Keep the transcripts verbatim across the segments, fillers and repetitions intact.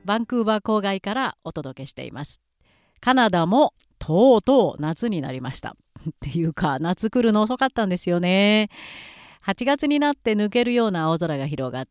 バンクーバー郊外からお届けしています。カナダもとうとう夏になりましたっていうか、夏来るの遅かったんですよね。はちがつになって抜けるような青空が広がって、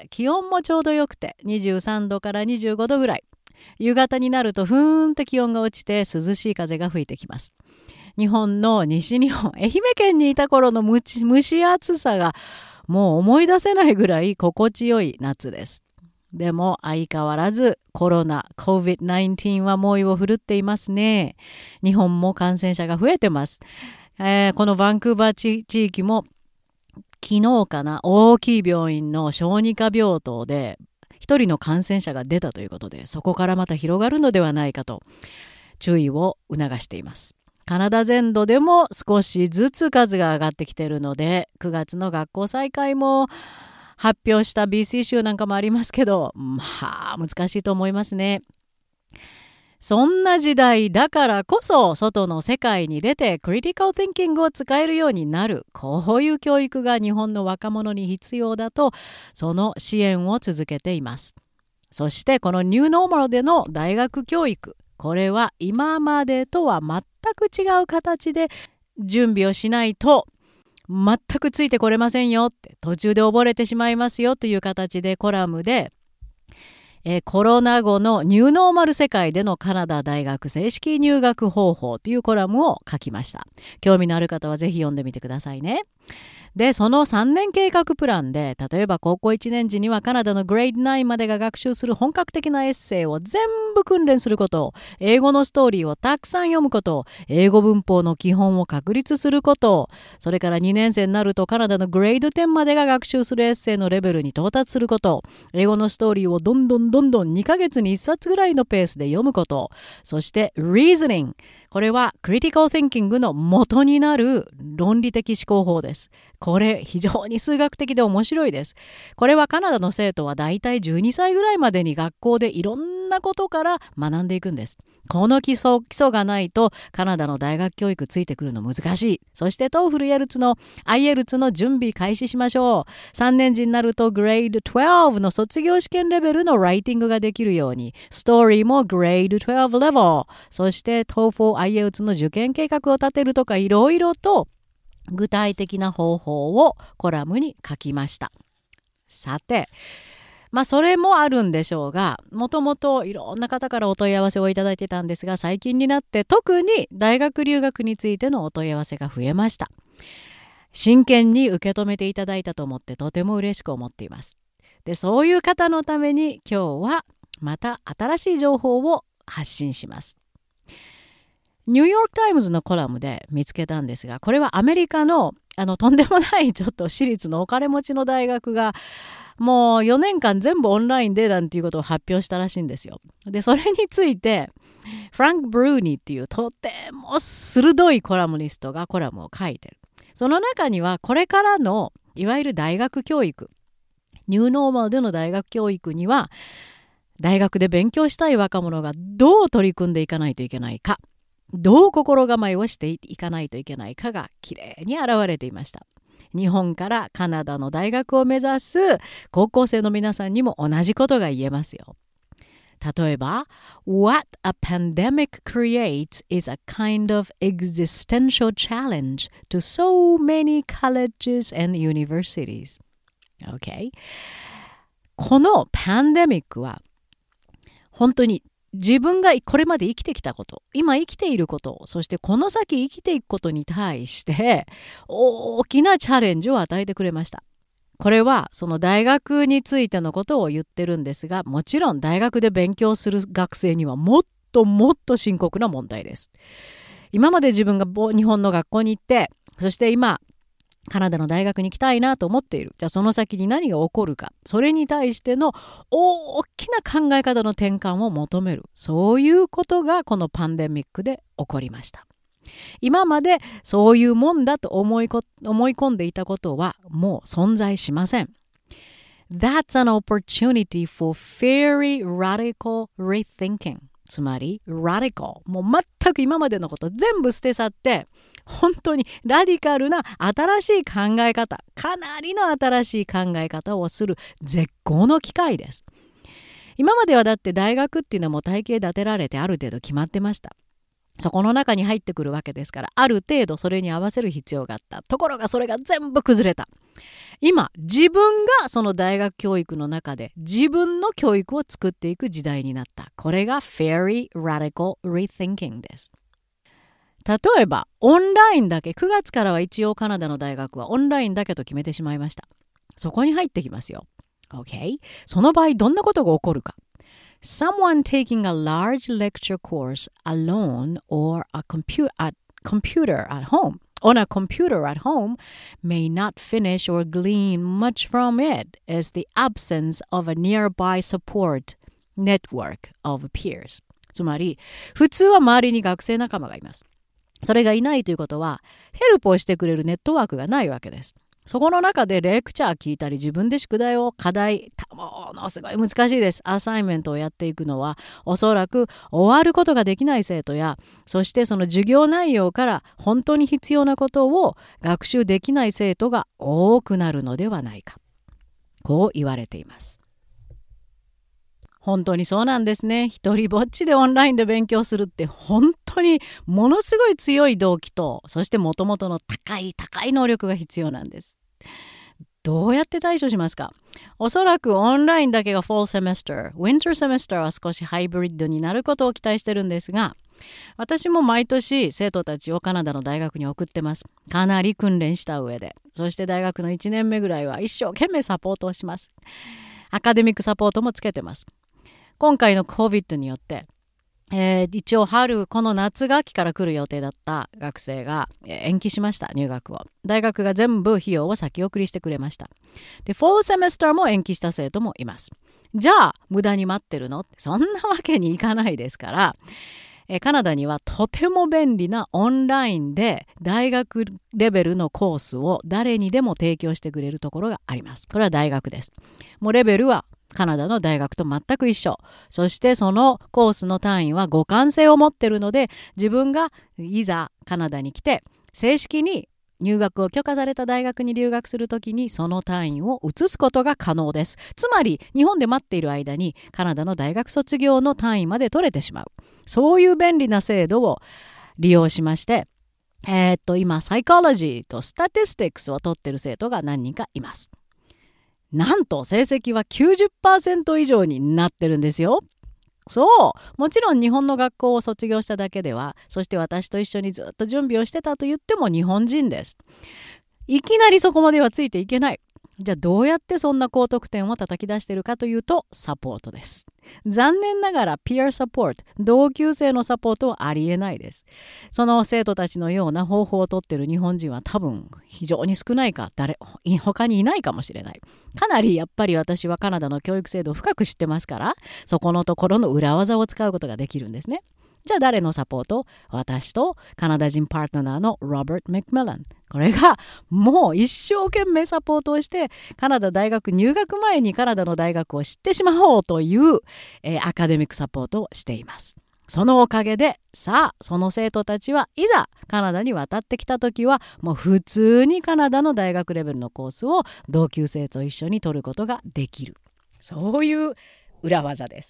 気温もちょうどよくてにじゅうさんどからにじゅうごどぐらい。夕方になるとふーんって気温が落ちて涼しい風が吹いてきます。日本の西日本、愛媛県にいた頃の蒸し、蒸し暑さがもう思い出せないぐらい心地よい夏です。でも相変わらずコロナ コビッドナインティーン は猛威を振るっていますね。日本も感染者が増えてます。えー、このバンクーバー地、地域も昨日かな、大きい病院の小児科病棟で一人の感染者が出たということで、そこからまた広がるのではないかと注意を促しています。カナダ全土でも少しずつ数が上がってきているので、くがつの学校再開も発表した ビーシー 州なんかもありますけど、まあ難しいと思いますね。そんな時代だからこそ、外の世界に出てクリティカル・ティンキングを使えるようになる、こういう教育が日本の若者に必要だと、その支援を続けています。そしてこのニューノーマルでの大学教育、これは今までとは全く違う形で準備をしないと全くついてこれませんよって、途中で溺れてしまいますよという形でコラムで、えー、コロナ後のニューノーマル世界でのカナダ大学正式入学方法というコラムを書きました。興味のある方はぜひ読んでみてくださいね。で、そのさんねん計画プランで、例えば高校いちねん時にはカナダのグレードナインまでが学習する本格的なエッセイを全部訓練することを、英語のストーリーをたくさん読むことを、英語文法の基本を確立することを、それからにねん生になるとカナダのグレードテンまでが学習するエッセイのレベルに到達することを、英語のストーリーをどんどんどんどんにかげつにいっさつぐらいのペースで読むことを、そして Reasoning、これはクリティカル・ティンキングの元になる論理的思考法です。これ非常に数学的で面白いです。これはカナダの生徒はだいたいじゅうにさいぐらいまでに学校でいろんなことから学んでいくんです。この基礎、基礎がないとカナダの大学教育ついてくるの難しい。そしてトーフルエルツの アイエルツ の準備開始しましょう。さんねん時になるとグレードじゅうにの卒業試験レベルのライティングができるように、ストーリーもグレードじゅうにレベル、そしてトーフル アイエルツ の受験計画を立てるとか、いろいろと具体的な方法をコラムに書きました。さて、まあそれもあるんでしょうが、もともといろんな方からお問い合わせをいただいてたんですが、最近になって特に大学留学についてのお問い合わせが増えました。真剣に受け止めていただいたと思ってとても嬉しく思っています。で、そういう方のために今日はまた新しい情報を発信します。ニューヨークタイムズのコラムで見つけたんですが、これはアメリカのあのとんでもないちょっと私立のお金持ちの大学がもうよねんかん全部オンラインでなんていうことを発表したらしいんですよ。で、それについてフランク・ブルーニーっていうとても鋭いコラムニストがコラムを書いてる。その中にはこれからのいわゆる大学教育、ニューノーマルでの大学教育には大学で勉強したい若者がどう取り組んでいかないといけないか、どう心構えをしていかないといけないかがきれいに現れていました。日本からカナダの大学を目指す高校生の皆さんにも同じことが言えますよ。例えば、What a pandemic creates is a kind of existential challenge to so many colleges and universities. Okay? このパンデミックは本当に自分がこれまで生きてきたこと、今生きていること、そしてこの先生きていくことに対して大きなチャレンジを与えてくれました。これはその大学についてのことを言ってるんですが、もちろん大学で勉強する学生にはもっともっと深刻な問題です。今まで自分が日本の学校に行って、そして今カナダの大学に行きたいなと思っている。じゃあその先に何が起こるか。それに対しての大きな考え方の転換を求める。そういうことがこのパンデミックで起こりました。今までそういうもんだと思いこ、思い込んでいたことはもう存在しません。That's an opportunity for very radical rethinking. つまり radical。もう全く今までのこと全部捨て去って、本当にラディカルな新しい考え方、かなりの新しい考え方をする絶好の機会です。 今まではだって大学っていうのはもう体系立てられてある程度決まってました。そこの中に入ってくるわけですから、ある程度それに合わせる必要があった。ところがそれが全部崩れた。今、自分がその大学教育の中で自分の教育を作っていく時代になった。これが Very Radical Rethinking です。例えば、オンラインだけ、くがつからは一応カナダの大学はオンラインだけと決めてしまいました。そこに入ってきますよ。OK? その場合、どんなことが起こるか。Someone taking a large lecture course alone or a compu- at computer at home on a computer at home may not finish or glean much from it as the absence of a nearby support network of peers. つまり、普通は周りに学生仲間がいます。それがいないということは、ヘルプをしてくれるネットワークがないわけです。そこの中でレクチャー聞いたり自分で宿題を課題ものすごい難しいです。アサイメントをやっていくのはおそらく終わることができない生徒や、そしてその授業内容から本当に必要なことを学習できない生徒が多くなるのではないか、こう言われています。本当にそうなんですね。一人ぼっちでオンラインで勉強するって本当にものすごい強い動機と、そしてもともとの高い高い能力が必要なんです。どうやって対処しますか？おそらくオンラインだけが Fall Semester、Winter Semester は少しハイブリッドになることを期待してるんですが、私も毎年生徒たちをカナダの大学に送ってます。かなり訓練した上で。そして大学のいちねんめぐらいは一生懸命サポートをします。アカデミックサポートもつけてます。今回の COVID によって、えー、一応春この夏学期から来る予定だった学生が、えー、延期しました。入学を大学が全部費用を先送りしてくれました。で Fall Semester も延期した生徒もいます。じゃあ無駄に待ってるの？そんなわけにいかないですから、えー、カナダにはとても便利なオンラインで大学レベルのコースを誰にでも提供してくれるところがあります。これは大学です。もうレベルはカナダの大学と全く一緒。そしてそのコースの単位は互換性を持っているので、自分がいざカナダに来て正式に入学を許可された大学に留学するときにその単位を移すことが可能です。つまり日本で待っている間にカナダの大学卒業の単位まで取れてしまう。そういう便利な制度を利用しまして、えー、っと今サイコロジーとスタティスティックスを取っている生徒が何人かいます。なんと成績は きゅうじゅっパーセント 以上になってるんですよ。そう、もちろん日本の学校を卒業しただけでは、そして私と一緒にずっと準備をしてたと言っても日本人です。いきなりそこまではついていけない。じゃあどうやってそんな高得点を叩き出しているかというと、サポートです。残念ながらピアサポート、同級生のサポートはありえないです。その生徒たちのような方法をとっている日本人は多分非常に少ないか、誰他にいないかもしれない。かなりやっぱり私はカナダの教育制度を深く知ってますから、そこのところの裏技を使うことができるんですね。じゃあ誰のサポート？私とカナダ人パートナーのロバート・マクミラン。これがもう一生懸命サポートをしてカナダ大学入学前にカナダの大学を知ってしまおうという、えー、アカデミックサポートをしています。そのおかげでさあその生徒たちはいざカナダに渡ってきた時はもう普通にカナダの大学レベルのコースを同級生と一緒に取ることができる。そういう裏技です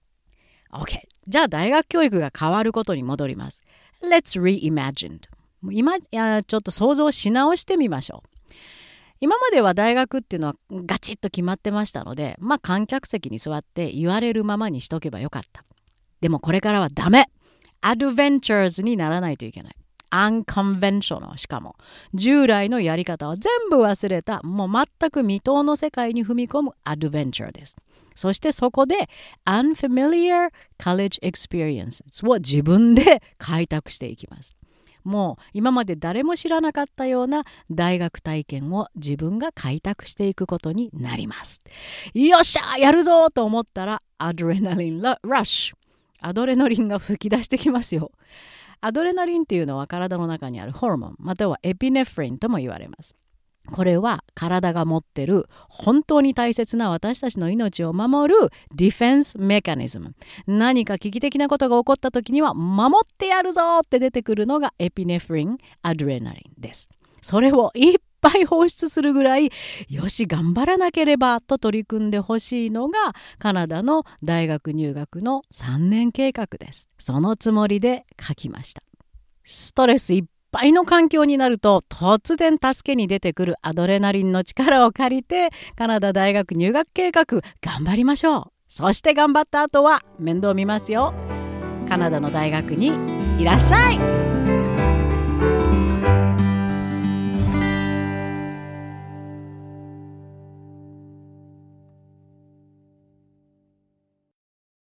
。OK。じゃあ大学教育が変わることに戻ります。Let's reimagine。今いやちょっと想像し直してみましょう。今までは大学っていうのはガチッと決まってましたので、まあ観客席に座って言われるままにしとけばよかった。でもこれからはダメ。アドベンチャーズにならないといけない。unconventional しかも従来のやり方は全部忘れた、もう全く未踏の世界に踏み込むアドベンチャーです。そしてそこで unfamiliar college experience を自分で開拓していきます。もう今まで誰も知らなかったような大学体験を自分が開拓していくことになります。よっしゃやるぞと思ったらアドレナリンラッシュ、アドレナリンが吹き出してきますよ。アドレナリンっていうのは体の中にあるホルモン、またはエピネフリンとも言われます。これは体が持ってる本当に大切な私たちの命を守るディフェンスメカニズム。何か危機的なことが起こった時には守ってやるぞって出てくるのがエピネフリン、アドレナリンです。それをいっぱい放出するぐらい、よし頑張らなければと取り組んでほしいのがカナダの大学入学のさんねん計画です。そのつもりで書きました。ストレスいっぱいの環境になると、突然助けに出てくるアドレナリンの力を借りて、カナダ大学入学計画頑張りましょう。そして頑張った後は面倒見ますよ。カナダの大学にいらっしゃい。